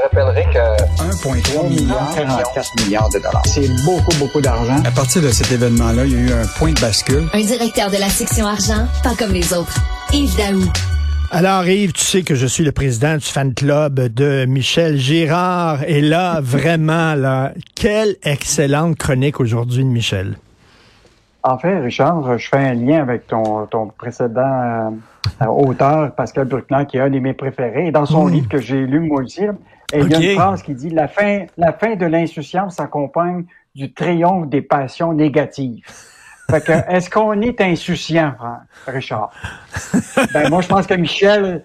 rappellerai que 1,3 milliard, 44 milliards de dollars. C'est beaucoup, beaucoup d'argent. À partir de cet événement-là, il y a eu un point de bascule. Un directeur de la section argent, pas comme les autres. Yves Daou. Alors Yves, tu sais que je suis le président du fan club de Michel Girard. Et là, vraiment, là, quelle excellente chronique aujourd'hui de Michel. En fait, Richard, je fais un lien avec ton précédent auteur, Pascal Bruckner, qui est un de mes préférés. Et dans son livre que j'ai lu moi aussi, il y a une phrase qui dit « La fin de l'insouciance s'accompagne du triomphe des passions négatives ». Fait que, est-ce qu'on est insouciant, Richard? Ben, moi, je pense que Michel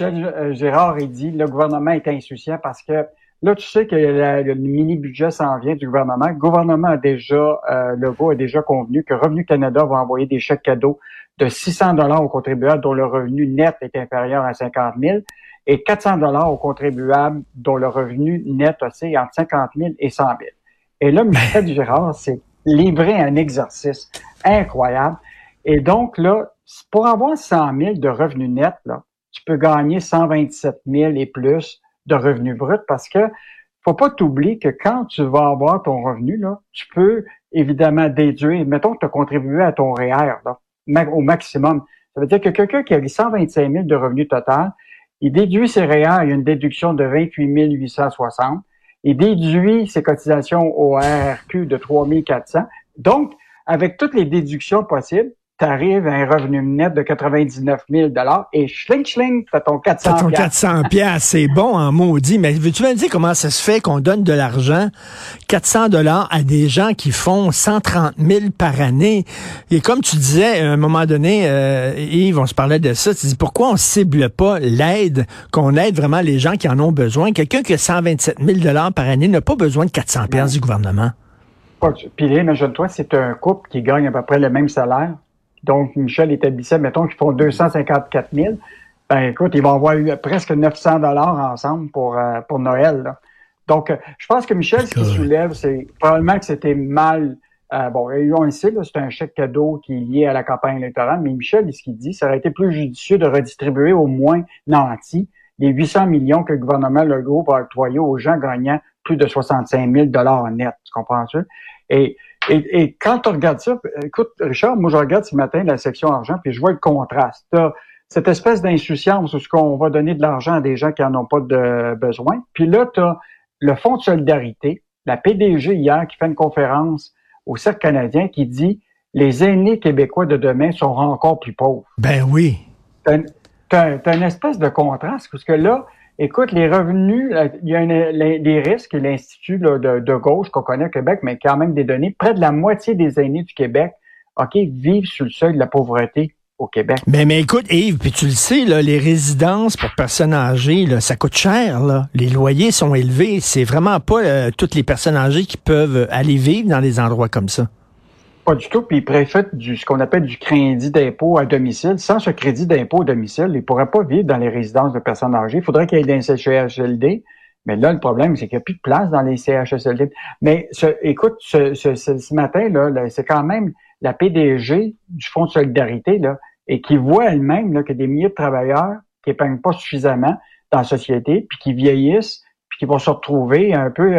Girard, il dit, le gouvernement est insouciant parce que, là, tu sais que le mini-budget s'en vient du gouvernement. Le gouvernement Legault a déjà convenu que Revenu Canada va envoyer des chèques cadeaux de 600 $ aux contribuables dont le revenu net est inférieur à 50 000 et 400 $ aux contribuables dont le revenu net aussi est entre 50 000 et 100 000. Et là, Michel Girard, c'est livré un exercice incroyable. Et donc, là, pour avoir 100 000 de revenus nets, là, tu peux gagner 127 000 et plus de revenus bruts parce que faut pas t'oublier que quand tu vas avoir ton revenu, là, tu peux évidemment déduire, mettons que tu as contribué à ton REER là, au maximum. Ça veut dire que quelqu'un qui a 125 000 de revenus total, il déduit ses REER, il y a une déduction de 28 860. Il déduit ses cotisations au RRQ de 3 400. Donc, avec toutes les déductions possibles, tu arrives à un revenu net de 99 000 et schling, t'as ton 400 T'as ton 400 c'est bon en maudit. Mais veux-tu me dire comment ça se fait qu'on donne de l'argent, 400 $ à des gens qui font 130 000 par année? Et comme tu disais, à un moment donné, Yves, on se parlait de ça, tu dis pourquoi on cible pas l'aide, qu'on aide vraiment les gens qui en ont besoin? Quelqu'un qui a 127 000 $ par année n'a pas besoin de 400 du gouvernement. Puis là, imagine-toi, c'est un couple qui gagne à peu près le même salaire. Donc, Michel établissait, mettons qu'ils font 254 000. Ben, écoute, ils vont avoir eu presque 900 $ ensemble pour Noël, là. Donc, je pense que Michel, ce qu'il soulève, c'est probablement que c'était mal. On le sait, là, c'est un chèque cadeau qui est lié à la campagne électorale. Mais Michel, ce qu'il dit, ça aurait été plus judicieux de redistribuer au moins nanti les 800 millions que le gouvernement Legault va octroyer aux gens gagnant plus de 65 000 $ net. Tu comprends-tu? Et quand tu regardes ça, écoute, Richard, moi, je regarde ce matin la section argent, puis je vois le contraste. T'as cette espèce d'insouciance où ce qu'on va donner de l'argent à des gens qui en ont pas de besoin. Puis là, tu as le Fonds de solidarité, la PDG hier qui fait une conférence au Cercle canadien qui dit « Les aînés québécois de demain seront encore plus pauvres. » Ben oui. T'as une espèce de contraste, parce que là, écoute, les revenus, il y a les risques, l'Institut de gauche qu'on connaît au Québec, mais quand même des données, près de la moitié des aînés du Québec, vivent sous le seuil de la pauvreté au Québec. Mais écoute, Yves, puis tu le sais, là, les résidences pour personnes âgées, là, ça coûte cher, là. Les loyers sont élevés. C'est vraiment pas toutes les personnes âgées qui peuvent aller vivre dans des endroits comme ça. Pas du tout. Puis ils préfèrent ce qu'on appelle du crédit d'impôt à domicile. Sans ce crédit d'impôt à domicile, ils ne pourraient pas vivre dans les résidences de personnes âgées. Il faudrait qu'il y ait des CHSLD. Mais là, le problème, c'est qu'il n'y a plus de place dans les CHSLD. Mais écoute, ce matin, là, c'est quand même la PDG du Fonds de solidarité, là, et qui voit elle-même là, que des milliers de travailleurs qui n'épargnent pas suffisamment dans la société, puis qui vieillissent, puis qui vont se retrouver un peu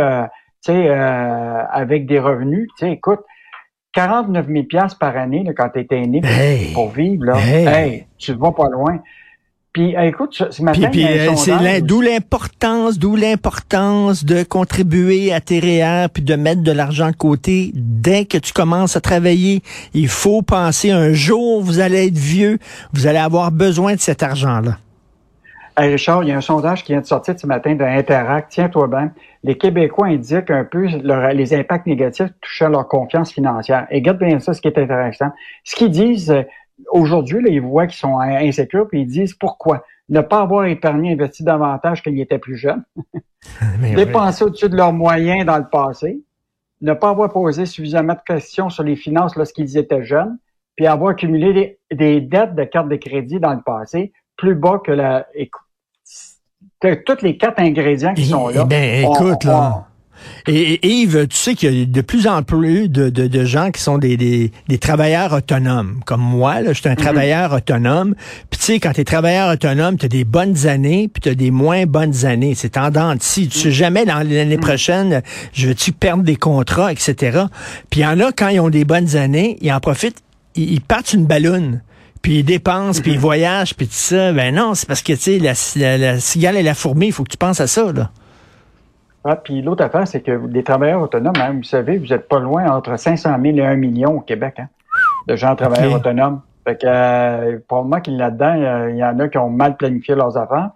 avec des revenus. Écoute, 49 000 $ par année là, quand tu es aîné pour vivre, là, tu vas pas loin. Puis, écoute, ce matin, d'où l'importance de contribuer à tes REER puis de mettre de l'argent de côté dès que tu commences à travailler. Il faut penser un jour, vous allez être vieux, vous allez avoir besoin de cet argent-là. Hey Richard, il y a un sondage qui vient de sortir ce matin de Interact. Tiens-toi bien. Les Québécois indiquent un peu les impacts négatifs touchant leur confiance financière. Et regarde bien ça, ce qui est intéressant. Ce qu'ils disent aujourd'hui, là, ils voient qu'ils sont insécures, puis ils disent pourquoi ne pas avoir épargné, investi davantage qu'ils étaient plus jeunes, dépenser au-dessus de leurs moyens dans le passé, ne pas avoir posé suffisamment de questions sur les finances lorsqu'ils étaient jeunes, puis avoir accumulé des dettes de cartes de crédit dans le passé plus bas que tous les 4 ingrédients qui sont là. Écoute, là. Et Yves, tu sais qu'il y a de plus en plus de gens qui sont des travailleurs autonomes. Comme moi, là, je suis un travailleur autonome. Puis tu sais, quand tu es travailleur autonome, tu as des bonnes années, puis tu as des moins bonnes années. C'est en dents de scie. Tu sais jamais dans l'année prochaine, je vais-tu perdre des contrats, etc. Puis il y en a, quand ils ont des bonnes années, ils en profitent, ils partent une balloune. Puis ils dépensent, puis ils voyagent, puis tout ça. Ben non, c'est parce que, tu sais, la cigale et la fourmi, il faut que tu penses à ça, là. Ah, puis l'autre affaire, c'est que les travailleurs autonomes, hein, vous savez, vous êtes pas loin entre 500 000 et 1 million au Québec, hein, de gens travailleurs autonomes. Fait que, probablement qu'il y a là-dedans, il y en a qui ont mal planifié leurs affaires.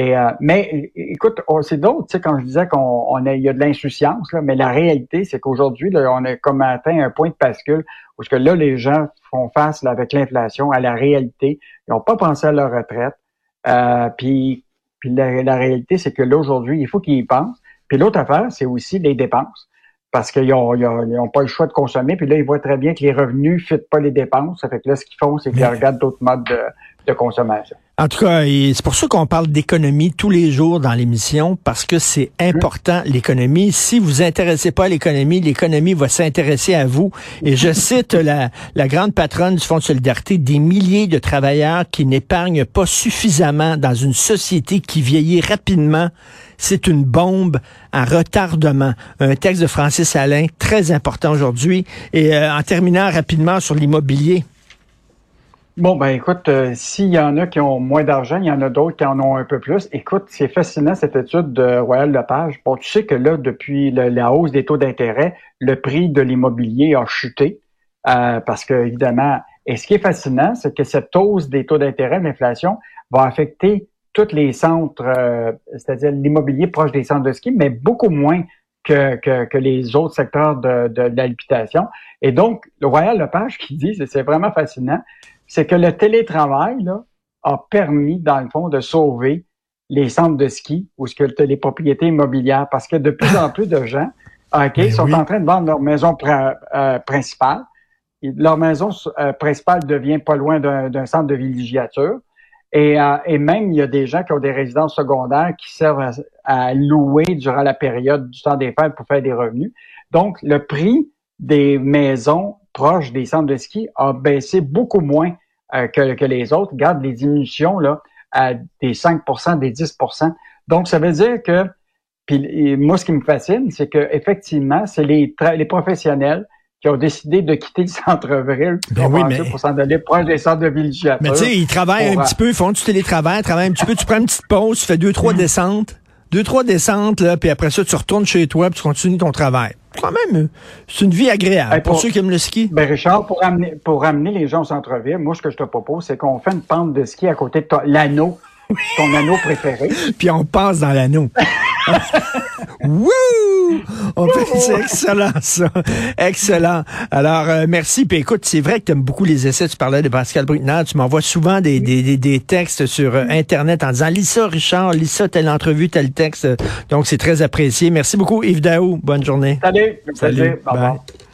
Mais écoute, c'est d'autres, tu sais, quand je disais il y a de l'insouciance, là, mais la réalité, c'est qu'aujourd'hui, là, on a comme atteint un point de bascule où que là, les gens font face là, avec l'inflation à la réalité. Ils n'ont pas pensé à leur retraite. Puis la réalité, c'est que là, aujourd'hui, il faut qu'ils y pensent. Puis l'autre affaire, c'est aussi les dépenses. Parce qu'ils ont pas le choix de consommer. Puis là, ils voient très bien que les revenus ne fitent pas les dépenses. Ça fait que là, ce qu'ils font, c'est qu'ils regardent d'autres modes de consommation. En tout cas, c'est pour ça qu'on parle d'économie tous les jours dans l'émission, parce que c'est important, l'économie. Si vous vous intéressez pas à l'économie va s'intéresser à vous. Et je cite la grande patronne du Fonds de solidarité, des milliers de travailleurs qui n'épargnent pas suffisamment dans une société qui vieillit rapidement. C'est une bombe à retardement. Un texte de Francis Alain, très important aujourd'hui. Et en terminant rapidement sur l'immobilier. Bon, ben écoute, s'il y en a qui ont moins d'argent, il y en a d'autres qui en ont un peu plus. Écoute, c'est fascinant cette étude de Royal Lepage. Bon, tu sais que là, depuis la hausse des taux d'intérêt, le prix de l'immobilier a chuté parce que, évidemment, et ce qui est fascinant, c'est que cette hausse des taux d'intérêt, l'inflation, va affecter tous les centres, c'est-à-dire l'immobilier proche des centres de ski, mais beaucoup moins que les autres secteurs de l'habitation. Et donc, le Royal Lepage qui dit, c'est vraiment fascinant, c'est que le télétravail là, a permis, dans le fond, de sauver les centres de ski ou ce que les propriétés immobilières, parce que de plus en plus de gens sont en train de vendre leur maison principale. Leur maison principale devient pas loin d'un centre de villégiature. Et même, il y a des gens qui ont des résidences secondaires qui servent à louer durant la période du temps des fêtes pour faire des revenus. Donc, le prix des maisons proches des centres de ski a baissé beaucoup moins que les autres. Regarde les diminutions là à des 5%, des 10%. Donc, ça veut dire que, puis moi, ce qui me fascine, c'est que effectivement, c'est les professionnels qui ont décidé de quitter le centre-ville pour s'en aller proche des centres de villégiature. Mais tu sais, ils travaillent un petit peu, ils font du télétravail, travaillent un petit peu, tu prends une petite pause, tu fais 2-3 descentes. 2-3 descentes, là, puis après ça, tu retournes chez toi, puis tu continues ton travail. Quand même, c'est une vie agréable pour ceux qui aiment le ski. Ben Richard, pour amener les gens au centre-ville, moi, ce que je te propose, c'est qu'on fait une pente de ski à côté de l'anneau, ton anneau préféré. Puis on passe dans l'anneau. Wouh! C'est excellent, ça. Excellent. Alors, merci. Puis écoute, c'est vrai que tu aimes beaucoup les essais. Tu parlais de Pascal Bruckner. Tu m'envoies souvent des textes sur Internet en disant « Lis ça, Richard. Lis ça, telle entrevue, tel texte. » Donc, c'est très apprécié. Merci beaucoup, Yves Daou. Bonne journée. Salut. Bye.